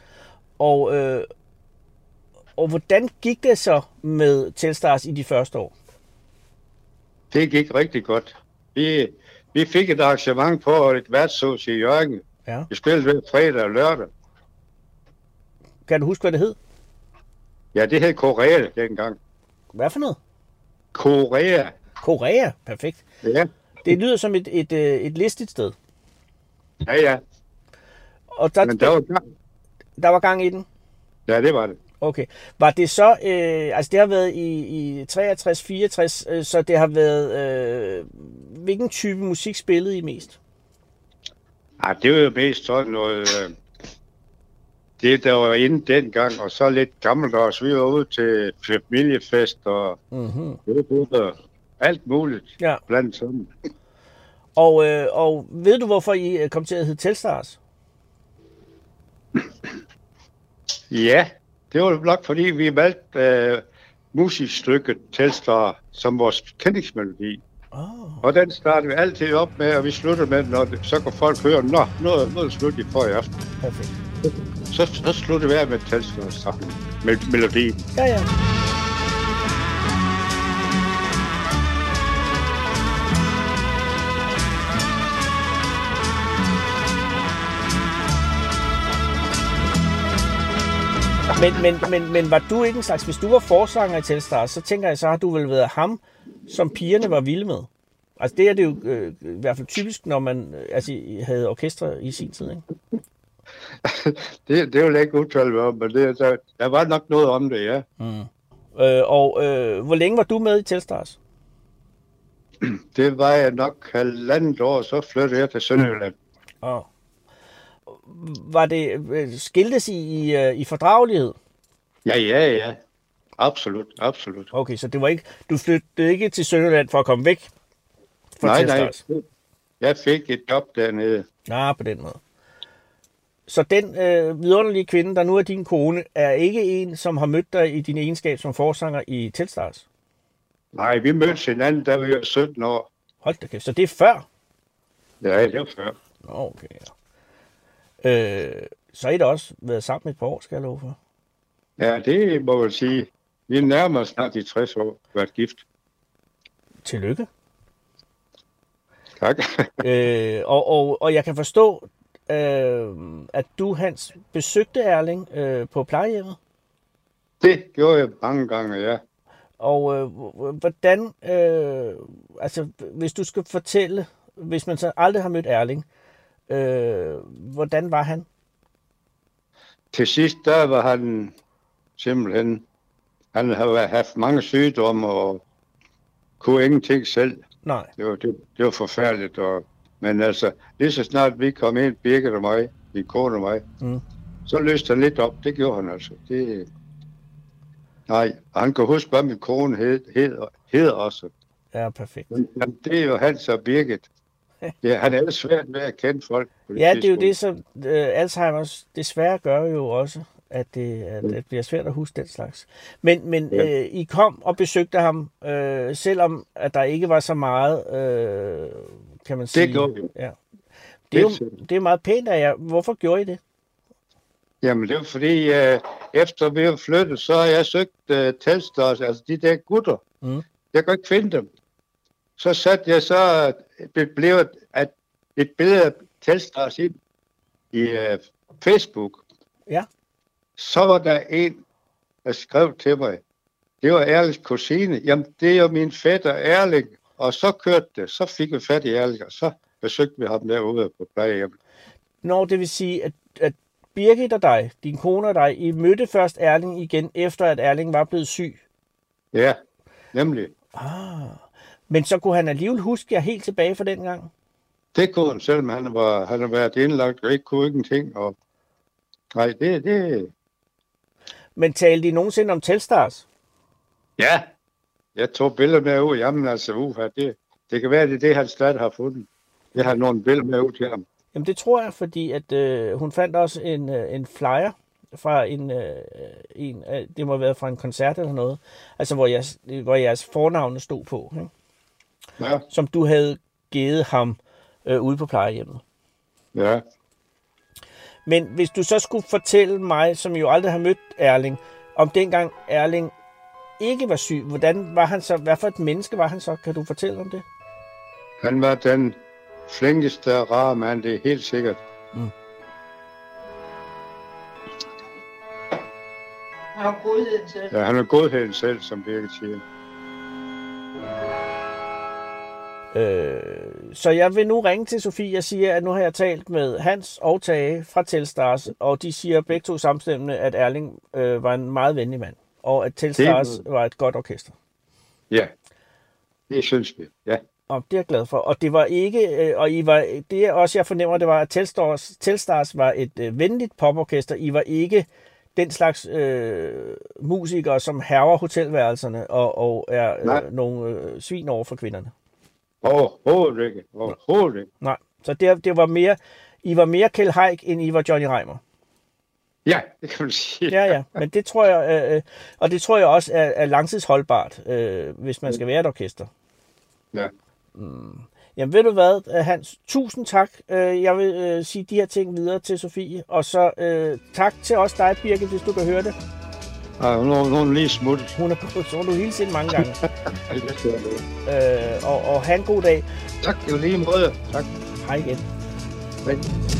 Og hvordan gik det så med Telstars i de første år? Det gik rigtig godt. Vi fik et arrangement på et værtshus i Hjørring. Ja. Vi spillede hver fredag og lørdag. Kan du huske, hvad det hed? Ja, det hed Korea dengang. Hvad for noget? Korea. Korea, perfekt. Ja. Det lyder som et listet sted. Ja. Og men der var gang i den? Ja, det var det. Okay. Var det så, altså det har været i 63, 64, så det har været, hvilken type musik spillede I mest? Ja, det var jo mest sådan noget, det der var inde dengang, og så lidt gammeldags. Vi var ude til familiefest og alt muligt blandt sådan. Og ved du, hvorfor I kom til at hedde Telstars? Ja, det var nok fordi, vi valgte musikstykket Telstar som vores kendingsmelodi. Og den startede vi altid op med, og vi sluttede med, når så kan folk høre, nu er slut i for i aften. Perfekt. Så sluttede vi af med Telstar sammen, med melodien. Ja. Men var du ikke en slags, hvis du var forsanger i Telstars, så tænker jeg, så har du vel været ham, som pigerne var vilde med. Altså det er det jo i hvert fald typisk, når man havde orkestre i sin tid, ikke? det vil jeg ikke udtale mig om, men der var nok noget om det, ja. Hvor længe var du med i Telstars? Det var jeg nok 1,5 år, så flyttede jeg til Sønderjylland. Var det, skiltes I fordragelighed? Ja. Absolut. Okay, så det var ikke, du flyttede ikke til Sønderjylland for at komme væk fra Telstars? Nej. Jeg fik et job dernede. På den måde. Så den vidunderlige kvinde, der nu er din kone, er ikke en, som har mødt dig i din egenskab som forsanger i Telstars? Nej, vi mødtes hinanden, da vi var 17 år. Hold da kæft, så det er før? Ja, det var før. Okay, ja. Så har I da også været sammen et par år, skal jeg love for? Ja, det må jeg sige. Vi er nærmere snart i 60 år været gift. Tillykke. Tak. Og jeg kan forstå, at du, Hans, besøgte Erling på plejehjemmet? Det gjorde jeg mange gange, ja. Og hvordan, hvis du skal fortælle, hvis man så aldrig har mødt Erling, hvordan var han? Til sidst, der var han simpelthen, han havde haft mange sygdomme og kunne ingenting selv. Nej. Det var forfærdeligt. Men altså, lige så snart vi kom ind, Birgit og mig, min kone og mig, så løste han lidt op. Det gjorde han altså. Nej, han kan huske, hvad min kone hed også. Ja, perfekt. Men det er jo Hans og Birgit. Ja, han er svært ved at kende folk. Ja, det er jo det, som Alzheimer's desværre gør jo også, at det bliver svært at huske den slags. Men I kom og besøgte ham, selvom at der ikke var så meget, kan man sige. Det gjorde vi. Ja. Det er meget pænt af jer. Hvorfor gjorde I det? Jamen, det var fordi, efter vi var flyttet, så har jeg søgt Telstars, altså de der gutter. Jeg kan ikke finde dem. Så satte jeg så blev et billede af Telstars ind i Facebook. Ja. Så var der en, der skrev til mig, det var Erlings kusine. Jamen, det er jo min fætter Erling. Og så kørte det. Så fik vi fat i Erling, og så besøgte vi ham derude på plejehjemmet. Nå, det vil sige, at Birgit og dig, din kone og dig, I mødte først Erling igen, efter at Erling var blevet syg? Ja, nemlig. Men så kunne han alligevel huske jer helt tilbage fra den gang? Det kunne han, selvom han har været indlagt og ikke kunne ingenting. Og... Nej, det... Men talte I nogensinde om Telstars? Ja, jeg tog billeder med ud. Jamen altså, det kan være, det hans datter har fundet. Jeg har nogle billeder med ud til ham. Jamen det tror jeg, fordi at hun fandt også en flyer fra det må have været fra en koncert eller noget, altså hvor jeres fornavne stod på, ikke? Ja. Som du havde givet ham ude på plejehjemmet. Ja. Men hvis du så skulle fortælle mig, som jo aldrig har mødt Erling, om dengang Erling ikke var syg, hvordan var han så, hvad for et menneske var han så? Kan du fortælle om det? Han var den flinkeste og rare mand, det er helt sikkert. Han har godheden selv. Ja, han har godheden selv, som Birgit siger. Så jeg vil nu ringe til Sofie og sige, at nu har jeg talt med Hans og Tage fra Telstars, og de siger begge to samstemmende, at Erling var en meget venlig mand, og at Telstars var et godt orkester. Ja, det synes vi, ja. Og det er jeg glad for. Og det var ikke, og I var, det også jeg fornemmer, det var, at Telstars var et venligt poporkester. I var ikke den slags musikere, som hærger hotelværelserne og er nogle svin over for kvinderne. Overhovedet ikke. Overhovedet ikke. Nej, så det var mere, I var mere Kjeld Haik, end I var Johnny Reimer. Ja, det kan man sige. Ja, men det tror jeg, og det tror jeg også er langtidsholdbart, hvis man skal være et orkester. Ja. Jamen ved du hvad, Hans, tusind tak. Jeg vil sige de her ting videre til Sofie, og så tak til også dig, Birgit, hvis du kan høre det. Ja, hun er lige smuttet. Hun er gået, så du hele tiden mange gange. Og have en god dag. Tak, det var lige måde. Tak. Hej igen. Hej.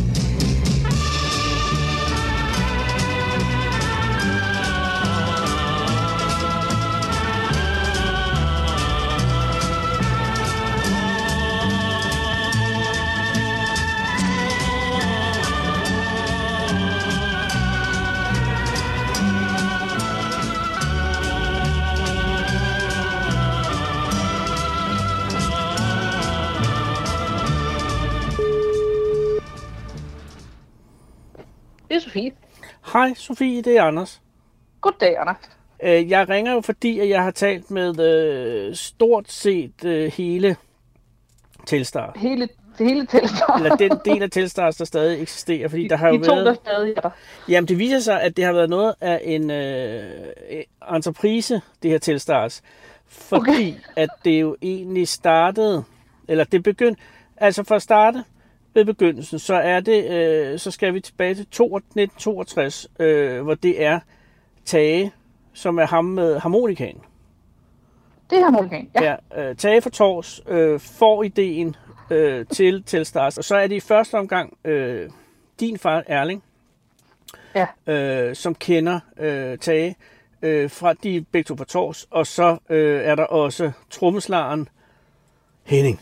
Det er Sofie. Hej Sofie, det er Anders. Goddag, Anders. Jeg ringer jo, fordi at jeg har talt med stort set hele Telstars. Hele Telstars. Eller den del af Telstars, der stadig eksisterer. Fordi der har jo været... der stadig er der. Jamen, det viser sig, at det har været noget af en entreprise, det her Telstars. Fordi at det jo egentlig startede, eller det begyndte, altså for at starte ved begyndelsen, så er det, så skal vi tilbage til 1962, hvor det er Tage, som er ham med harmonikaen. Det er harmonikaen, ja. Tage fra Tors får ideen til Telstars, og så er det i første omgang din far Erling, som kender Tage fra de begge to fra Tors, og så er der også trommeslageren Henning.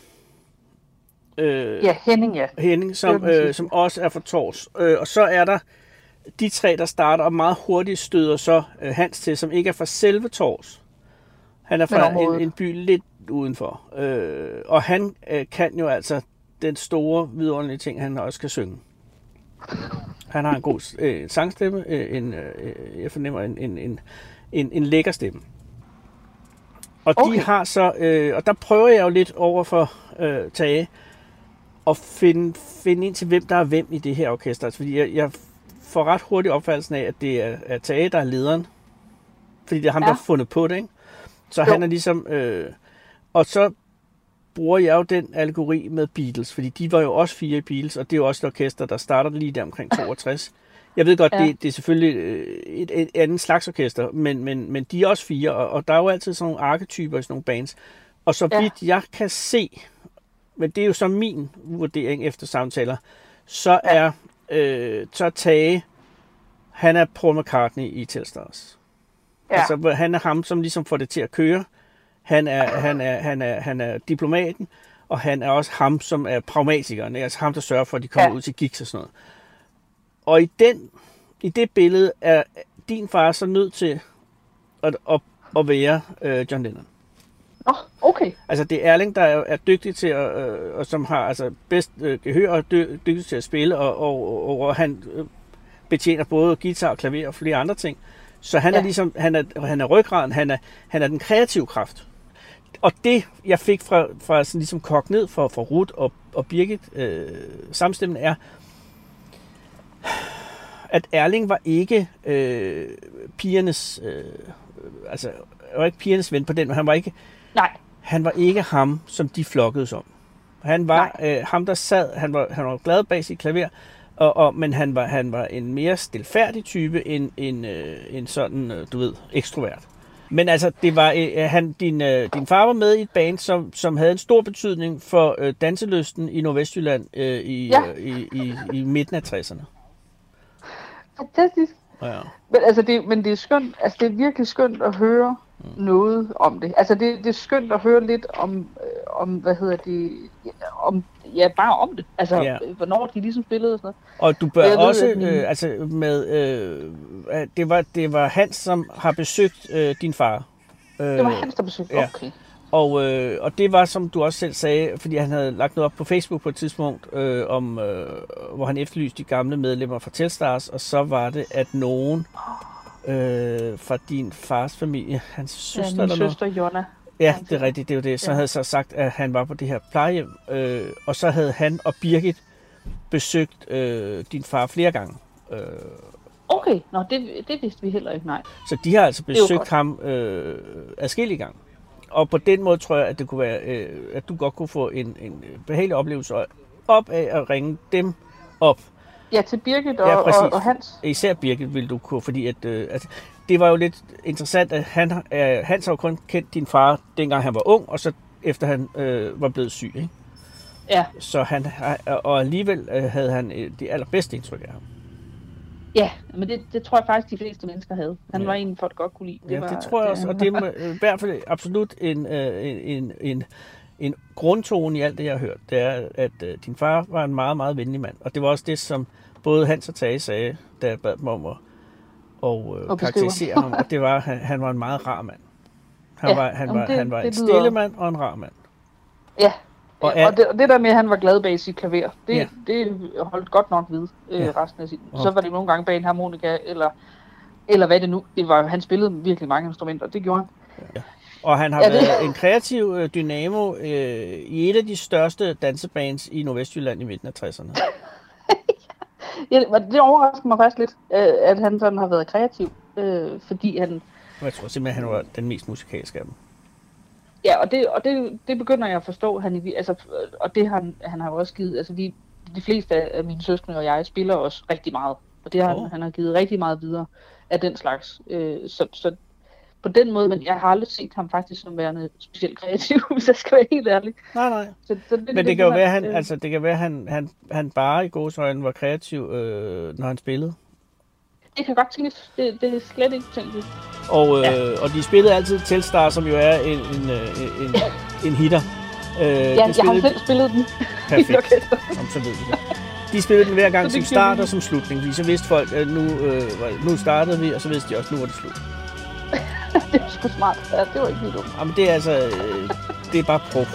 Henning, som også er fra Tors. Og så er der de tre, der starter, og meget hurtigt støder så Hans til, som ikke er fra selve Tors. Han er fra en by lidt udenfor. Og han kan jo altså den store, vidunderlige ting, han også kan synge. Han har en god sangstemme, jeg fornemmer en lækker stemme. Og de har så, og der prøver jeg jo lidt over for Tage, at finde ind til, hvem der er hvem i det her orkester. Altså, fordi jeg får ret hurtigt opfattelsen af, at det er Tage, der er lederen. Fordi det er ham, der har fundet på det, ikke? Så han er ligesom... og så bruger jeg jo den allegori med Beatles, fordi de var jo også 4 i Beatles, og det er jo også et orkester, der starter lige der omkring 62. Jeg ved godt, det er selvfølgelig et andet slags orkester, men de er også 4, og der er jo altid sådan nogle arketyper i sådan nogle bands. Og så vidt jeg kan se, men det er jo så min vurdering efter samtaler, så er Tage, han er Paul McCartney i Telstars. Ja. Altså, han er ham, som ligesom får det til at køre. Han er diplomaten, og han er også ham, som er pragmatikeren. Altså ham, der sørger for, at de kommer ud til gigs og sådan noget. Og i det billede er din far så nødt til at være John Lennon. Okay. Altså det er Erling, der er dygtig til og som har altså bedst gehør og dygtig til at spille, og han betjener både guitar og klaver og flere andre ting. Så han er ligesom, han er ryggraden, han er den kreative kraft. Og det, jeg fik fra sådan ligesom kogt ned fra Ruth og Birgit samstemmende er, at Erling var ikke pigernes, altså var ikke pigernes ven på den, men han var ikke, han var ikke ham, som de flokkedes om. Han var ham, der sad, han var glad bag sit klaver, men han var en mere stilfærdig type end sådan, du ved, ekstrovert. Men altså, det var din far var med i et band, som havde en stor betydning for danselysten i Nordvestjylland i midten af 60'erne. Fantastisk. Ja. Men det er skønt, altså det er virkelig skønt at høre noget om det. Altså det er skønt at høre lidt om hvad hedder det, bare om det. Altså hvornår de ligesom spillede og sådan noget. Og du bør også det var Hans, som har besøgt din far. Det var Hans, der besøgte. Okay. Og det var, som du også selv sagde, fordi han havde lagt noget op på Facebook på et tidspunkt, hvor han efterlyste de gamle medlemmer fra Telstars, og så var det, at nogen fra din fars familie, hans søster eller noget. Søster Jonna. Ja, det er rigtigt, det er jo det. Så havde så sagt, at han var på det her plejehjem, og så havde han og Birgit besøgt din far flere gange. Okay, det vidste vi heller ikke, nej. Så de har altså besøgt ham adskillige gange. Og på den måde tror jeg, at det kunne være, at du godt kunne få en behagelig oplevelse op af at ringe dem op. Ja, til Birgit og Hans. Især Birgit ville du kunne, fordi at det var jo lidt interessant, at Hans har jo kun kendt din far, dengang han var ung, og så efter han var blevet syg, ikke? Ja. Så og alligevel havde han det allerbedste indtryk af ham. Ja, men det tror jeg faktisk, de fleste mennesker havde. Han var en, folk godt kunne lide. Det tror jeg også, og det er i hvert fald absolut en grundtone i alt det, jeg har hørt. Det er, at din far var en meget, meget venlig mand. Og det var også det, som både Hans og Tage sagde, da jeg bad dem om at karakterisere ham. Og det var, at han var en meget rar mand. Han var en stille mand og en rar mand. Ja. Og det der med, at han var glad bag sit klaver, det holdt godt nok ved resten af sin. Så var det nogle gange bag en harmonika, eller hvad det nu. Han spillede virkelig mange instrumenter, det gjorde han. Ja. Og han har været en kreativ dynamo i et af de største dansebands i Nordvestjylland i midten af 60'erne. Det overrasker mig faktisk lidt, at han sådan har været kreativ, fordi han... Jeg tror simpelthen, han var den mest musikalske af dem. Ja, og det begynder jeg at forstå. Og det han har også givet. Altså de fleste af mine søskende og jeg spiller også rigtig meget, og det har han har givet rigtig meget videre af den slags. Så på den måde, men jeg har aldrig set ham faktisk som værende specielt kreativ, hvis jeg skal være helt ærlig. Nej. Men det kan jo være, det kan være, han bare i gåseøjne var kreativ, når han spillede. Det kan godt tænkes. Det er slet ikke tænkt. Og de spillede altid Telstar, som jo er en hitter. Jeg har selv spillet den. Perfekt. Så ved vi det. De spillede den hver gang som start og som slutning, fordi så vidste folk, at nu startede vi, og så vidste de også, nu var det slut. Det var sgu smart. Ja, det var ikke helt dumt. Jamen det er altså, det er bare prøv.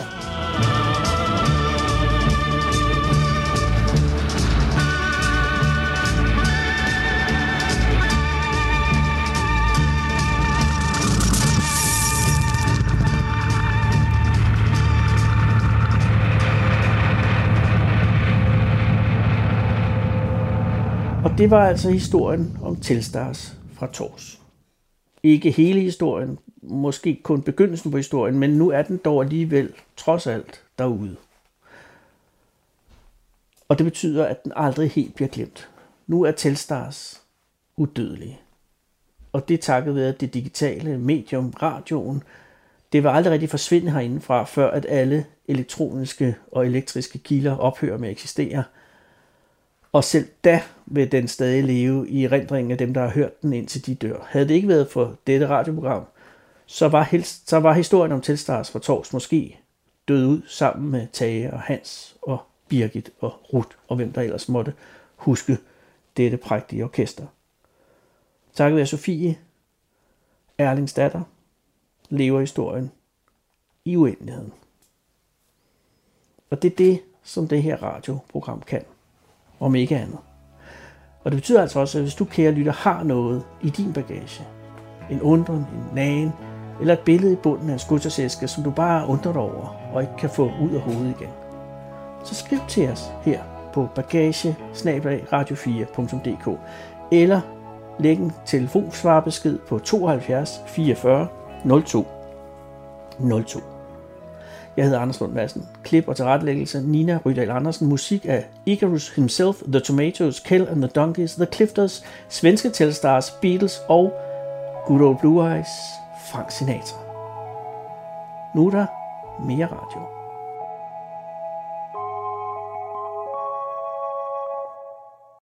Og det var altså historien om Telstars fra Tårs. Ikke hele historien, måske kun begyndelsen på historien, men nu er den dog alligevel trods alt derude. Og det betyder, at den aldrig helt bliver glemt. Nu er Telstars udødelige. Og det er takket ved, at det digitale medium, radioen, det vil aldrig rigtig forsvinde herindefra, før at alle elektroniske og elektriske kilder ophører med at eksistere. Og selv da vil den stadig leve i erindringen af dem, der har hørt den, indtil de dør. Havde det ikke været for dette radioprogram, så var historien om Telstars fra Tårs måske død ud sammen med Tage og Hans og Birgit og Ruth og hvem der ellers måtte huske dette prægtige orkester. Takket være Sofie, Erlings datter, lever historien i uendeligheden. Og det er det, som det her radioprogram kan. Om ikke andet. Og det betyder altså også, at hvis du, kære lytter, har noget i din bagage, en undren, en nagen, eller et billede i bunden af en skuttersæske, som du bare undrer dig over, og ikke kan få ud af hovedet igen, så skriv til os her på bagage@radio4.dk, eller læg en telefonsvarbesked på 72 44 02 02. Jeg hedder Anders Lund Madsen. Klip og tilrettelæggelse Nina Rydahl Andersen. Musik af Icarus himself, The Tomatoes, Kel and the Donkeys, The Clifters, svenske Telstars, Beatles og Good Old Blue Eyes, Frank Sinatra. Nu er der mere radio.